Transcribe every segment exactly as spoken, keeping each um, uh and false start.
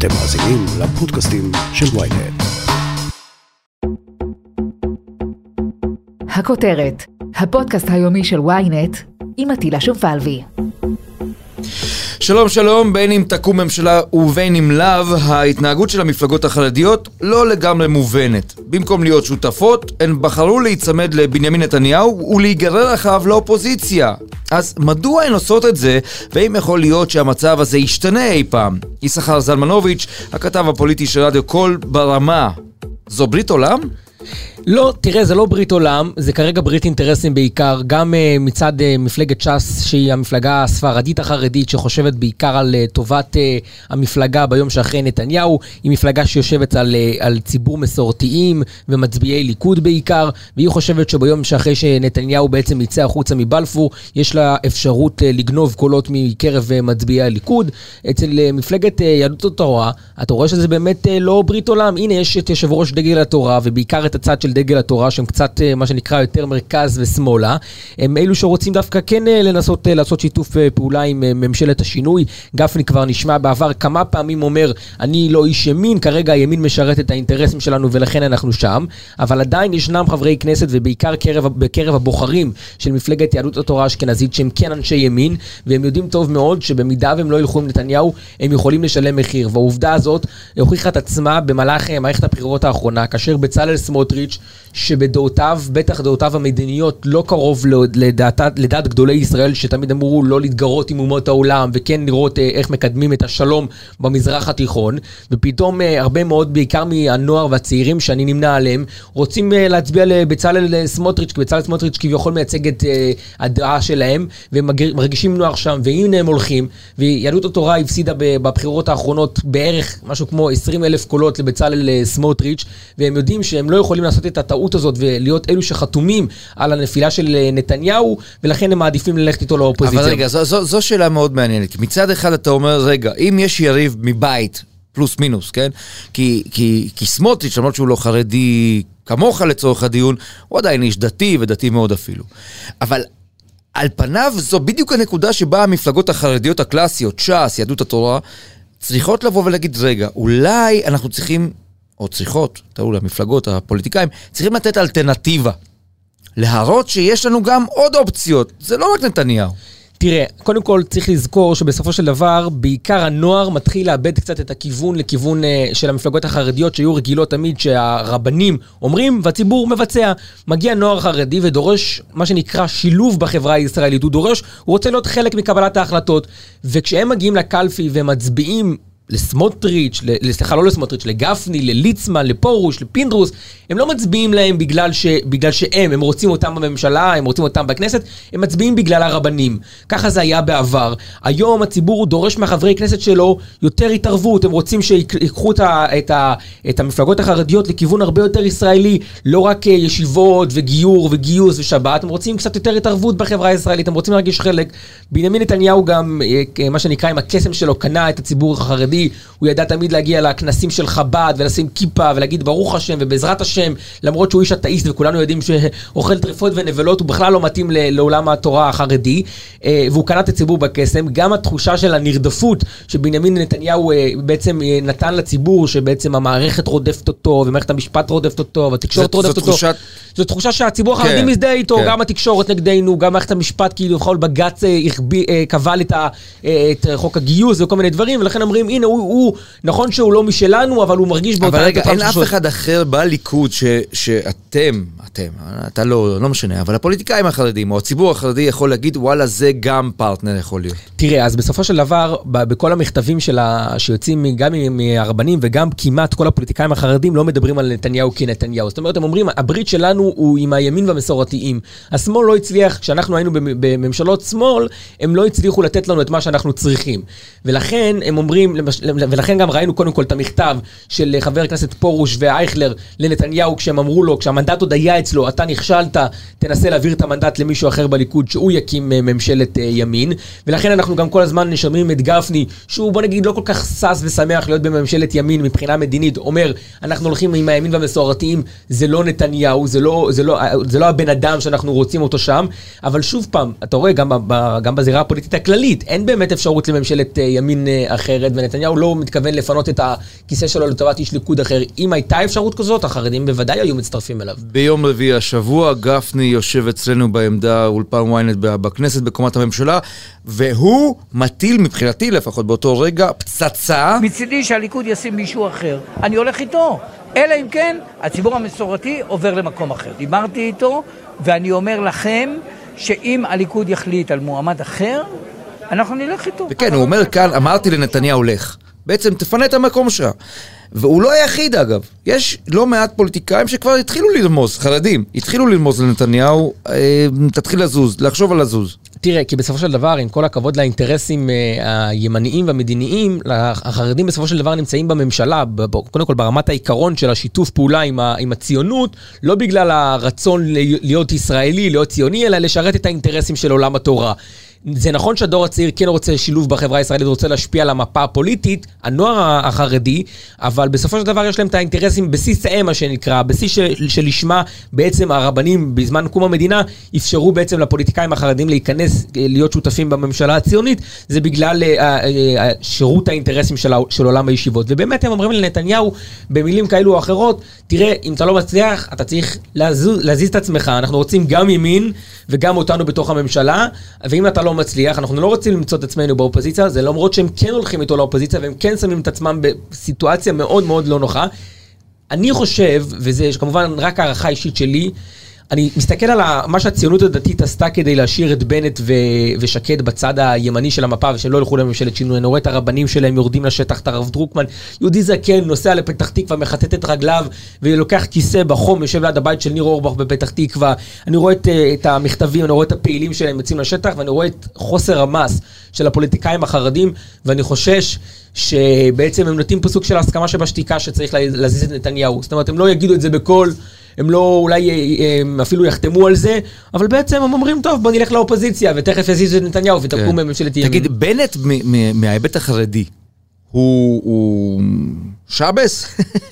אתם מאזינים לפודקאסטים של וויינט. הכותרת, הפודקאסט היומי של וויינט עם עטילה שומפלבי. שלום שלום, בין אם תקום ממשלה ובין אם לאו, ההתנהגות של המפלגות החרדיות לא לגמרי מובנת. במקום להיות שותפות, הן בחרו להיצמד לבנימין נתניהו ולהיגרר אחריו לאופוזיציה. אז מדוע הן עושות את זה, ואם יכול להיות שהמצב הזה ישתנה אי פעם? יששכר זלמנוביץ', הכתב הפוליטי של רדיו קול ברמה. זו ברית עולם? לא, תראה, זה לא ברית עולם, זה כרגע ברית אינטרסים בעיקר, גם uh, מצד uh, מפלגת ש"ס, שהיא המפלגה הספרדית החרדית, שחושבת בעיקר על uh, טובת uh, המפלגה ביום שאחרי נתניהו, היא מפלגה שיושבת על, uh, על ציבור מסורתיים ומצביעי ליכוד בעיקר, והיא חושבת שביום שאחרי שנתניהו בעצם יצא החוצה מבלפור, יש לה אפשרות uh, לגנוב קולות מקרב uh, מצביעי הליכוד. אצל uh, מפלגת uh, יהדות התורה, אתה רואה שזה באמת uh, לא ברית עולם, הנה יש את יושב ראש דגל התורה, ובעיקר את הצד של דגל התורה, שהם קצת, מה שנקרא, יותר מרכז ושמאלה. הם אלו שרוצים דווקא כן לנסות לעשות שיתוף פעולה עם ממשלת השינוי. גפני כבר נשמע בעבר כמה פעמים אומר, אני לא איש ימין, כרגע הימין משרת את האינטרסים שלנו ולכן אנחנו שם. אבל עדיין ישנם חברי כנסת, ובעיקר בקרב הבוחרים של מפלגת יהדות התורה האשכנזית, שהם כן אנשי ימין, והם יודעים טוב מאוד שבמידה והם לא ילכו עם נתניהו, הם יכולים לשלם מחיר. והעובדה הזאת הוכיחה את עצמה במהלך מערכת הבחירות האחרונה, כאשר בצלאל סמוטריץ' שבדעותיו, בטח דעותיו המדיניות, לא קרוב לדעת, לדעת גדולי ישראל, שתמיד אמרו לא להתגרות עם אומות העולם, וכן לראות איך מקדמים את השלום במזרח התיכון, ופתאום הרבה מאוד, בעיקר מהנוער והצעירים שאני נמנה עליהם, רוצים להצביע לבצלאל סמוטריץ', כי בצלאל סמוטריץ' כביכול מייצג את הדעה שלהם, והם מרגישים נוח שם, והנה הם הולכים, ויהדות התורה הפסידה בבחירות האחרונות בערך משהו כמו עשרים אלף קולות לבצלאל סמוטריץ', והם יודעים שהם לא יכולים לעשות את הטעות הזאת ולהיות אלו שחתומים על הנפילה של נתניהו, ולכן הם מעדיפים ללכת איתו לאופוזיציה. אבל רגע, זו, זו, זו שאלה מאוד מעניינת. מצד אחד אתה אומר, רגע, אם יש יריב מבית, פלוס מינוס, כן? כי, כי, כי סמוטריץ', למרות שהוא לא חרדי כמוך לצורך הדיון, הוא עדיין איש דתי ודתי מאוד אפילו. אבל על פניו זו בדיוק הנקודה שבה המפלגות החרדיות הקלאסיות, ש"ס, יהדות התורה, צריכות לבוא ולהגיד, רגע, אולי אנחנו צריכים או צריכות, תראו למפלגות, הפוליטיקאים, צריכים לתת אלטרנטיבה. להראות שיש לנו גם עוד אופציות. זה לא רק נתניהו. תראה, קודם כל צריך לזכור שבסופו של דבר, בעיקר הנוער מתחיל לאבד קצת את הכיוון לכיוון uh, של המפלגות החרדיות, שהיו רגילות תמיד שהרבנים אומרים, והציבור מבצע. מגיע נוער חרדי ודורש מה שנקרא שילוב בחברה הישראלית. הוא דורש, הוא רוצה להיות חלק מקבלת ההחלטות. וכשהם מגיעים לקלפי ומצביעים לסמוטריץ', סליחה, לא לסמוטריץ', לגפני, לליצמן, לפורוש, לפינדרוס, הם לא מצביעים להם בגלל ש, בגלל שהם, הם רוצים אותם בממשלה, הם רוצים אותם בכנסת, הם מצביעים בגלל הרבנים. ככה זה היה בעבר. היום הציבור דורש מהחברי כנסת שלו יותר התערבות, הם רוצים שיקחו את, ה, את, ה, את המפלגות החרדיות לכיוון הרבה יותר ישראלי, לא רק ישיבות וגיור וגיוס ושבת, הם רוצים קצת יותר התערבות בחברה הישראלית, הם רוצים להרגיש חלק. בנימין נתניהו גם, מה שנקרא, עם הקסם שלו, קנה את הציבור החרדי, הוא ידע תמיד להגיע לכנסים של חב"ד ולשים כיפה ולהגיד ברוך השם ובעזרת השם, למרות שהוא איש אתאיסט וכולנו יודעים שאוכל טרפות ונבלות, הוא בכלל לא מתאים לעולם התורה החרדי, והוא קנה את הציבור בקסם. גם התחושה של הנרדפות שבנימין נתניהו בעצם נתן לציבור, שבעצם המערכת רודפת אותו ומערכת המשפט רודפת אותו והתקשורת רודפת אותו, זו תחושה שהציבור החרדי מזדהה איתו, גם התקשורת נגדנו, גם מערכת המשפט, כאילו בכל בג"ץ קבל את חוק הגיוס וכל מיני דברים, ולכן אומרים, הנה, הוא, הוא, נכון שהוא לא משלנו, אבל הוא מרגיש באותה... אבל רגע, אין אף אחד אחר בליכוד ש, שאתם, אתם, אתה לא, לא משנה, אבל הפוליטיקאים החרדים, או הציבור החרדי יכול להגיד, וואלה, זה גם פרטנר יכול להיות. תראה, אז בסופו של דבר, בכל המכתבים שלה, שיוצאים גם מהרבנים, וגם כמעט כל הפוליטיקאים החרדים, לא מדברים על נתניהו כנתניהו. זאת אומרת, הם אומרים, הברית שלנו הוא עם הימין והמסורתיים. השמאל לא הצליח, כשאנחנו היינו בממשלות שמאל, הם לא הצליחו לתת לנו את מה שאנחנו צריכים. ולכן, הם אומרים, ולכן גם ראינו קודם כל את המכתב של חבר הכנסת פורוש ואייכלר לנתניהו, כשהם אמרו לו, כשהמנדט עוד היה אצלו, אתה נכשלת, תנסה להעביר את המנדט למישהו אחר בליכוד, שהוא יקים ממשלת ימין. ולכן אנחנו גם כל הזמן נשמעים את גפני, שהוא בוא נגיד לא כל כך סס ושמח להיות בממשלת ימין מבחינה מדינית, אומר, אנחנו הולכים עם הימין והמסורתיים, זה לא נתניהו, זה לא, זה לא, זה לא הבן אדם שאנחנו רוצים אותו שם. אבל שוב פעם, אתה רואה גם, גם בזירה הפוליטית הכללית, אין באמת אפשרות לממשלת ימין אחרת, ונתניהו נתניהו לא מתכוון לפנות את הכיסא שלו לטובת איש ליכוד אחר. אם הייתה אפשרות כזאת, החרדים בוודאי היו מצטרפים אליו. ביום רביעי השבוע, גפני יושב אצלנו בעמדה אולפן וויינט בכנסת, בקומת הממשלה, והוא מטיל מבחינתי, לפחות באותו רגע, פצצה. מצידי שהליכוד ישים מישהו אחר. אני הולך איתו. אלא אם כן, הציבור המסורתי עובר למקום אחר. דיברתי איתו, ואני אומר לכם, שאם הליכוד יחליט על מועמד אחר, אנחנו נלך איתו. וכן, הוא אומר כאן, אמרתי לנתניהו הולך. בעצם תפנה את המקום שלך. והוא לא היחיד אגב. יש לא מעט פוליטיקאים שכבר התחילו לרמוז, חרדים, התחילו לרמוז לנתניהו, אה, תתחיל לזוז, לחשוב על לזוז. תראה, כי בסופו של דבר, עם כל הכבוד לאינטרסים אה, הימניים והמדיניים, החרדים בסופו של דבר נמצאים בממשלה, קודם כל ברמת העיקרון של השיתוף פעולה עם, ה, עם הציונות, לא בגלל הרצון להיות ישראלי, להיות ציוני, אלא לשרת את האינטרסים של עולם התורה. זה נכון שהדור הצעיר כן רוצה שילוב בחברה הישראלית, רוצה להשפיע על המפה הפוליטית, הנוער החרדי, אבל בסופו של דבר יש להם את האינטרסים בסיס האם, מה שנקרא, בסיס של, שלשמה בעצם הרבנים בזמן קום המדינה אפשרו בעצם לפוליטיקאים החרדים להיכנס, להיות שותפים בממשלה הציונית, זה בגלל uh, uh, שירות האינטרסים של, של עולם הישיבות. ובאמת הם אומרים לנתניהו במילים כאלו או אחרות, תראה, אם אתה לא מצליח, אתה צריך להזוז, להזיז את עצמך, אנחנו רוצים גם ימין וגם אותנו בתוך הממשלה, ואם אתה לא מצליח, אנחנו לא רוצים למצוא את עצמנו באופוזיציה, זה למרות שהם כן הולכים איתו לאופוזיציה, והם כן שמים את עצמם בסיטואציה מאוד מאוד לא נוחה. אני חושב, וזה כמובן רק הערכה אישית שלי, אני מסתכל על מה שהציונות הדתית עשתה כדי להשאיר את בנט ו- ושקד בצד הימני של המפה, ושהם לא הלכו לממשלת שינוי. אני רואה את הרבנים שלהם יורדים לשטח, את הרב דרוקמן, יהודי זקן, נוסע לפתח תקווה, מחטט את רגליו, ולוקח כיסא בחום, יושב ליד הבית של ניר אורבך בפתח תקווה. אני רואה את, את המכתבים, אני רואה את הפעילים שלהם יוצאים לשטח, ואני רואה את חוסר המס של הפוליטיקאים החרדים, ואני חושש שבעצם הם נותנים פה סוג של הסכמה שבשתיקה שצריך להזיז את נתניהו. זאת אומרת, הם לא יגידו את זה בכל, הם לא אולי הם אפילו יחתמו על זה, אבל בעצם הם אומרים, טוב, בוא נלך לאופוזיציה, ותכף יזיזו את נתניהו, ותקום בממשלת ימין. תגיד, בנט מההיבט החרדי, הוא שבס?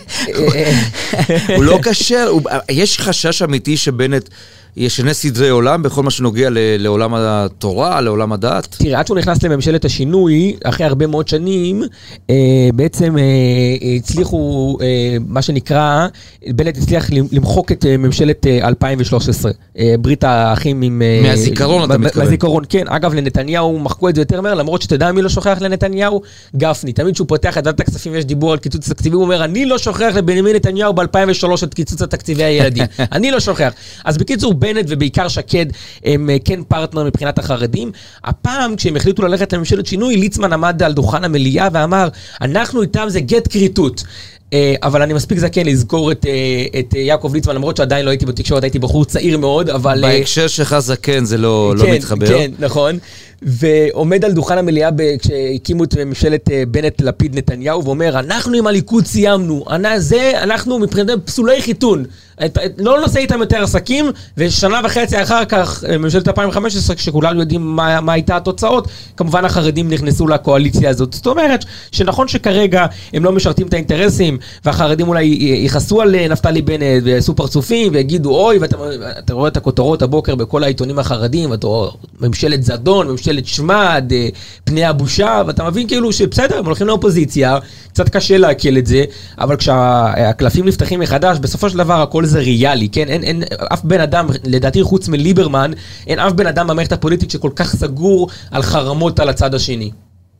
הוא לא קשר? יש חשש אמיתי שבנט ישנה סדרי עולם בכל מה שנוגע לעולם התורה, לעולם הדת? תראה, עד שהוא נכנס לממשלת השינוי, אחרי הרבה מאוד שנים, בעצם הצליחו, מה שנקרא, בנט הצליח למחוק את ממשלת אלפיים ושלוש עשרה. ברית האחים עם... מהזיכרון אתה מתכוון. מהזיכרון, כן. אגב, לנתניהו מחקו את זה יותר מהר, למרות שתדע מי לא שוכח לנתניהו? גפני. תמיד שהוא פותח את ועדת הכספים, יש דיבור על קיצוץ התקציבי, הוא אומר, אני לא שוכח לבנימין נתניהו ב-אלפיים ושלוש את קיצוץ התקציבי הילדים. אני לא שוכח. אז בקיצור, בנט ובעיקר שקד הם כן פרטנר מבחינת החרדים. הפעם, כשהם החליטו ללכת לממשלת שינוי, ליצמן עמד על דוכן המליאה ואמר, אנחנו איתם זה גט קריטות. אבל אני מספיק זקן לזכור את, את יעקב ליצמן, למרות שעדיין לא הייתי בתקשורת, הייתי בחור צעיר מאוד, אבל... בהקשר שלך זקן זה לא, כן, לא מתחבר. כן, נכון. ועומד על דוכן המליאה כשהקימו את ממשלת בנט לפיד נתניהו, ואומר, אנחנו עם הליכוד סיימנו, זה, אנחנו מבחינת פסולי חיתון, לא נעשה איתם יותר עסקים, ושנה וחצי אחר כך, ממשלת אלפיים וחמש עשרה, כשכולנו יודעים מה, מה הייתה התוצאות, כמובן החרדים נכנסו לקואליציה הזאת. זאת אומרת, שנכון שכרגע הם לא משרתים את האינטרסים, והחרדים אולי יחסו על נפתלי בנט, ועשו פרצופים, ויגידו, אוי, ואתה אתה רואה את הכותרות הבוקר בכל העיתונים החרדים, ואתה רואה ממשלת זדון, ממשלת שמד, פני הבושה, ואתה מבין כאילו שבסדר, הם הולכים לאופוזיציה, קצת קשה להקל את זה, אבל כשהקלפים נפתחים מחדש, בסופו של דבר הכל זה ריאלי, כן? אין, אין, אף בן אדם, לדעתי חוץ מליברמן, אין אף בן אדם במערכת הפוליטית שכל כך סגור על חרמות על הצד השני.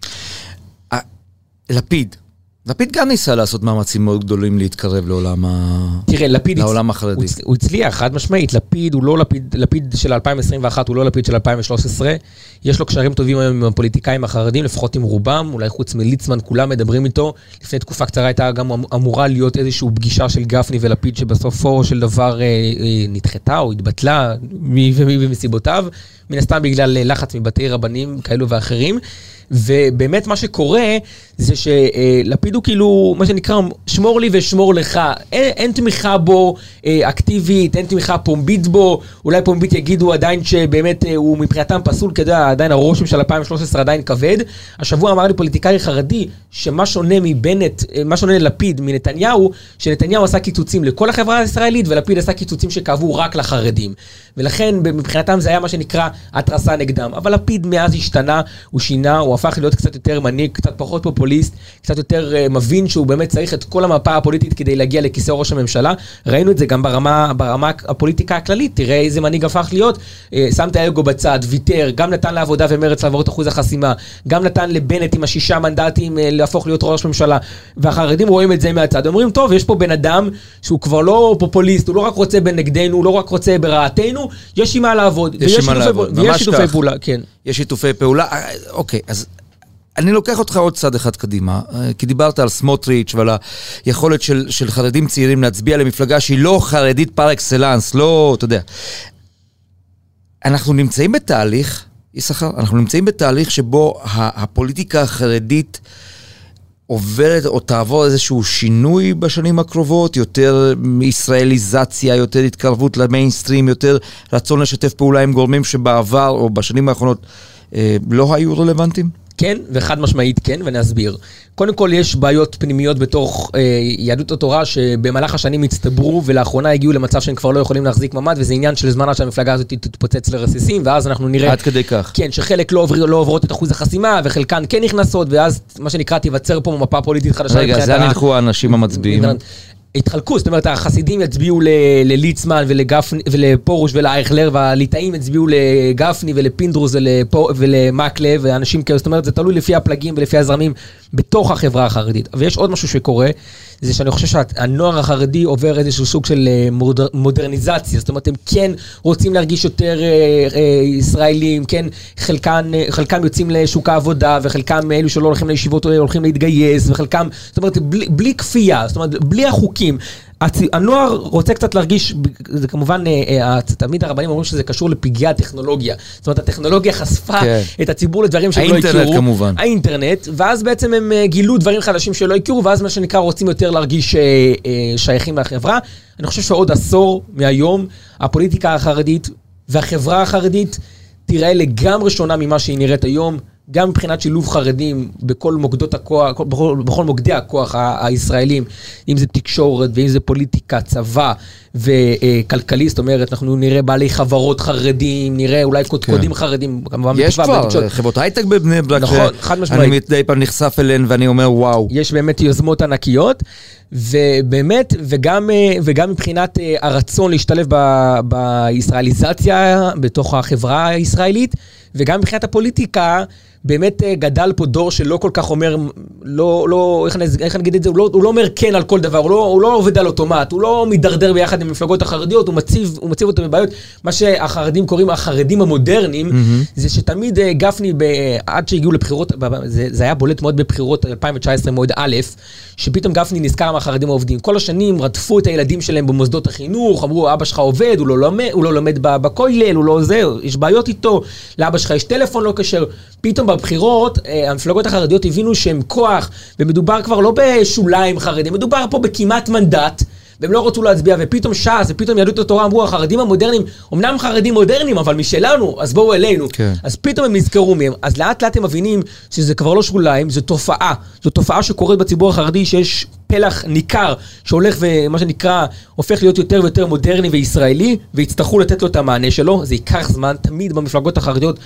לפיד. לפיד גם ניסה לעשות מאמצים מאוד גדולים להתקרב לעולם, תראה, לפיד לעולם החרדי. הוא, הוא הצליח, חד משמעית. לפיד הוא לא לפיד, לפיד של אלפיים עשרים ואחת הוא לא לפיד של אלפיים ושלוש עשרה. יש לו קשרים טובים עם הפוליטיקאים החרדים, לפחות עם רובם, אולי חוץ מליצמן, כולם מדברים איתו. לפני תקופה קצרה הייתה גם אמורה להיות איזושהי פגישה של גפני ולפיד, שבסופו של דבר אה, אה, נדחתה או התבטלה, מי ומי ומסיבותיו, מן הסתם בגלל לחץ מבתי רבנים כאלו ואחרים. ובאמת מה שקורה זה שלפיד הוא כאילו, מה שנקרא, שמור לי ושמור לך. אין, אין תמיכה בו אה, אקטיבית, אין תמיכה פומבית בו. אולי פומבית יגידו עדיין שבאמת אה, הוא מבחינתם פסול, כדי עדיין הרושם של אלפיים ושלוש עשרה עדיין כבד. השבוע אמר לי פוליטיקאי חרדי שמה שונה מבנט, מה שונה לפיד מנתניהו, שנתניהו עשה קיצוצים לכל החברה הישראלית, ולפיד עשה קיצוצים שכאבו רק לחרדים. ולכן מבחינתם זה היה מה שנקרא התרסה נגדם. אבל לפיד מאז השתנה, הוא שינה, הוא הפך להיות קצת יותר מנהיג, קצת פחות פופוליסט, קצת יותר מבין שהוא באמת צריך את כל המפה הפוליטית כדי להגיע לכיסא ראש הממשלה. ראינו את זה גם ברמה, ברמה הפוליטיקה הכללית, תראה איזה מנהיג הפך להיות, שם את האגו בצד, ויתר, גם נתן לעבודה ומרץ לעבור את אחוז החסימה, גם נתן לבנט עם השישה מנדטים להפוך להיות ראש ממשלה, והחרדים רואים את זה מהצד, אומרים, טוב, יש פה בן אדם שהוא כבר לא פופוליסט, הוא לא רק רוצה בנגדנו, הוא לא רק רוצה ברעתנו, יש עם מה לעבוד, יש עם מה לעבוד, ויש שיתופי פעולה, כן. יש שיתופי פעולה, אוקיי, אז אני לוקח אותך עוד צד אחד קדימה, כי דיברת על סמוטריץ' ועל היכולת של, של חרדים צעירים להצביע למפלגה שהיא לא חרדית פר אקסלנס, לא, אתה יודע. אנחנו נמצאים בתהליך, יששכר, אנחנו נמצאים בתהליך שבו הפוליטיקה החרדית עוברת או תעבור איזשהו שינוי בשנים הקרובות, יותר ישראליזציה, יותר התקרבות למיינסטרים, יותר רצון לשתף פעולה עם גורמים שבעבר או בשנים האחרונות אה, לא היו רלוונטיים? כן, וחד משמעית כן, ואני אסביר. קודם כל יש בעיות פנימיות בתוך אה, יהדות התורה שבמהלך השנים הצטברו ולאחרונה הגיעו למצב שהם כבר לא יכולים להחזיק ממד, וזה עניין של זמן עד שהמפלגה הזאת תתפוצץ לרסיסים, ואז אנחנו נראה... עד כדי כך. כן, שחלק לא, עובר, לא עוברות את אחוז החסימה, וחלקן כן נכנסות, ואז מה שנקרא תיווצר פה מפה פוליטית חדשה. רגע, זה נלכו האנשים המצביעים. התחלקו, זאת אומרת, החסידים יצביעו לליצמן ולגפני, ולפורוש ולאייכלר, והליטאים יצביעו לגפני ולפינדרוס ולמקלב, ואנשים כאלה, זאת אומרת, זה תלוי לפי הפלגים ולפי הזרמים בתוך החברה החרדית. ויש עוד משהו שקורה, זה שאני חושב שהנוער החרדי עובר איזשהו סוג של מודר, מודרניזציה, זאת אומרת, הם כן רוצים להרגיש יותר אה, אה, ישראלים, כן, חלקם, חלקם יוצאים לשוק העבודה, וחלקם אלו שלא הולכים לישיבות הולכים להתגייס, וחלקם, זאת אומרת, בלי, בלי כפייה, זאת אומרת, בלי החוקים. הנוער רוצה קצת להרגיש, זה כמובן, תמיד הרבנים אומרים שזה קשור לפגיעה הטכנולוגיה. זאת אומרת, הטכנולוגיה חשפה כן. את הציבור לדברים שהם לא הכירו. האינטרנט כמובן. האינטרנט, ואז בעצם הם גילו דברים חדשים שלא הכירו, ואז מה שנקרא רוצים יותר להרגיש שייכים לחברה. אני חושב שעוד עשור מהיום, הפוליטיקה החרדית והחברה החרדית תראה לגמרי שונה ממה שהיא נראית היום, גם מבחינת שילוב חרדים בכל מוקדות הכוח, בכל, בכל מוקדי הכוח הישראלים, אם זה תקשורת ואם זה פוליטיקה, צבא וכלכלי, זאת אומרת, אנחנו נראה בעלי חברות חרדים, נראה אולי קודקודים כן. חרדים, כמובן יש כבר, בתקשורת. חברות הייטק בבני ברק, נכון, חד משמעית. אני מדי פעם נחשף אליהן ואני אומר וואו. יש באמת יוזמות ענקיות, ובאמת, וגם, וגם מבחינת הרצון להשתלב ב, בישראליזציה בתוך החברה הישראלית, וגם מבחינת הפוליטיקה, באמת גדל פה דור שלא כל כך אומר, לא, לא, איך אני, איך אני אגיד את זה, הוא לא, הוא לא אומר כן על כל דבר, הוא לא, הוא לא עובד על אוטומט, הוא לא מדרדר ביחד עם מפלגות החרדיות, הוא מציב, הוא מציב אותו בבעיות. מה שהחרדים קוראים החרדים המודרניים, mm-hmm. זה שתמיד גפני, עד שהגיעו לבחירות, זה, זה היה בולט מאוד בבחירות אלפיים תשע עשרה מועד א', שפתאום גפני נזכר מהחרדים העובדים. כל השנים רדפו את הילדים שלהם במוסדות החינוך, אמרו, אבא שלך עובד, הוא לא לומד, הוא לא לומד בכולל, הוא לא זה, יש בעיות איתו, לאבא שלך יש טלפון לא קשר. פתאום בבחירות, המפלגות החרדיות הבינו שהם כוח, ומדובר כבר לא בשוליים חרדים, מדובר פה בכמעט מנדט, והם לא רצו להצביע, ופתאום ש"ס, ופתאום יהדות התורה אמרו, החרדים המודרניים, אמנם חרדים מודרניים, אבל משלנו, אז בואו אלינו. כן. אז פתאום הם נזכרו מהם. אז לאט לאט הם מבינים שזה כבר לא שוליים, זו תופעה. זו תופעה שקורית בציבור החרדי, שיש פלח ניכר, שהולך ומה שנקרא, הופך להיות יותר ויותר מודרני וישראלי, ויצטרכו לתת לו את המענה שלו. זה ייקח זמן, תמיד במפלגות החרדיות,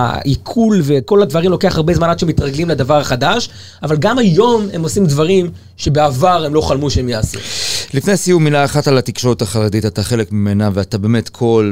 העיכול וכל הדברים לוקח הרבה זמן עד שמתרגלים לדבר החדש, אבל גם היום הם עושים דברים שבעבר הם לא חלמו שהם יעשו. לפני סיום מילה אחת על התקשורת החרדית, אתה חלק ממנה ואתה באמת קול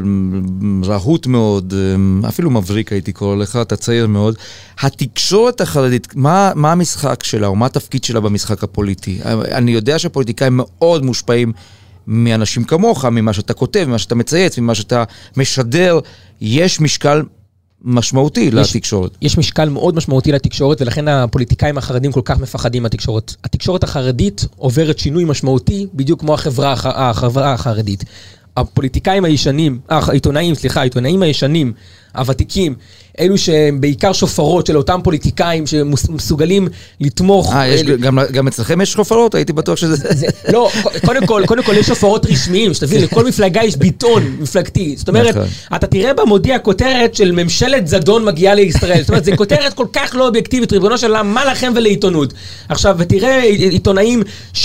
רהוט מאוד, אפילו מבריק הייתי קורא לך, אתה צעיר מאוד. התקשורת החרדית, מה, מה המשחק שלה או מה התפקיד שלה במשחק הפוליטי? אני יודע שהפוליטיקאים מאוד מושפעים מאנשים כמוך, ממה שאתה כותב, ממה שאתה מצייץ, ממה שאתה משדר, יש משקל משמעותי יש, לתקשורת. יש משקל מאוד משמעותי לתקשורת, ולכן הפוליטיקאים החרדים כל כך מפחדים מהתקשורת. התקשורת החרדית עוברת שינוי משמעותי, בדיוק כמו החברה, החברה החרדית. הפוליטיקאים הישנים, העיתונאים, סליחה, העיתונאים הישנים, הוותיקים, אלו שהם בעיקר שופרות של אותם פוליטיקאים שמסוגלים לתמוך. אה, יש, אל... גם, גם אצלכם יש שופרות? הייתי בטוח שזה... זה, לא, קודם כל, קודם כל יש שופרות רשמיים, שתבין, לכל מפלגה יש ביטון מפלגתי. זאת אומרת, אתה תראה במודיע כותרת של ממשלת זדון מגיעה לישראל. זאת אומרת, זו כותרת כל כך לא אובייקטיבית, ריבונו של עולם, מה לכם ולעיתונות? עכשיו, ותראה עיתונאים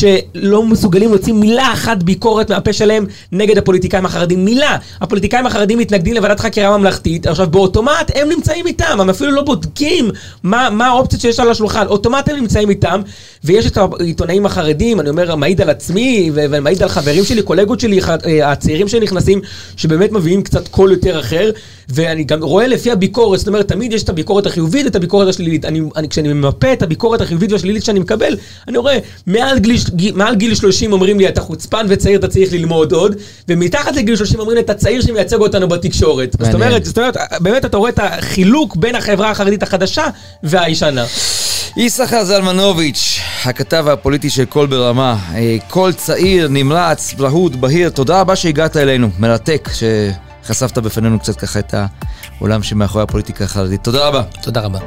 שלא מסוגלים להוציא מילה אחת ביקורת מהפה שלהם נגד הפוליטיקאים החרדים. מילה. הפוליטיקאים החרדים מתנגדים לוועדת חקירה ממלכתית. עכשיו, עכשיו, באוטומט הם נמצאים איתם, הם אפילו לא בודקים מה, מה האופציות שיש על השולחן, אוטומט הם נמצאים איתם, ויש את העיתונאים החרדים, אני אומר, מעיד על עצמי, ומעיד על חברים שלי, קולגות שלי, הצעירים שנכנסים, שבאמת מביאים קצת קול יותר אחר, ואני גם רואה לפי הביקורת, זאת אומרת, תמיד יש את הביקורת החיובית, את הביקורת השלילית. אני, אני, כשאני ממפה את הביקורת החיובית והשלילית שאני מקבל, אני רואה, מעל גיל, מעל גיל שלושים אומרים לי, אתה חוצפן וצעיר, אתה צריך ללמוד עוד, ומתחת לגיל שלושים אומרים לי, אתה צעיר שמייצג אותנו בתקשורת. זאת אומרת, זאת אומרת, באמת אתה רואה את החילוק בין החברה החרדית החדשה והישנה. יששכר זלמנוביץ', הכתב הפוליטי של קול ברמה, קול צעיר, נמרץ, רהוט, בהיר, תודה רבה שהגעת אלינו, מרתק, שחשפת בפנינו קצת ככה את העולם שמאחורי הפוליטיקה החרדית. תודה רבה. תודה רבה.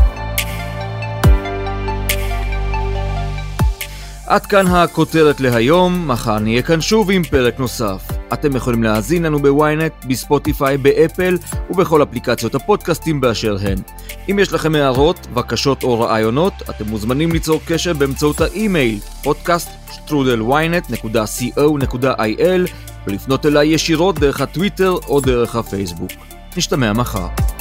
עד כאן הכותרת להיום, מחר נהיה כאן שוב עם פרק נוסף. אתם יכולים להאזין לנו בוויינט, בספוטיפיי, באפל ובכל אפליקציות הפודקאסטים באשר הן. אם יש לכם הערות, בקשות או רעיונות, אתם מוזמנים ליצור קשר באמצעות האימייל פודקאסט שטרודל וויינט נקודה סי או נקודה איי אל ולפנות אליי ישירות דרך הטוויטר או דרך הפייסבוק. נשתמע מחר.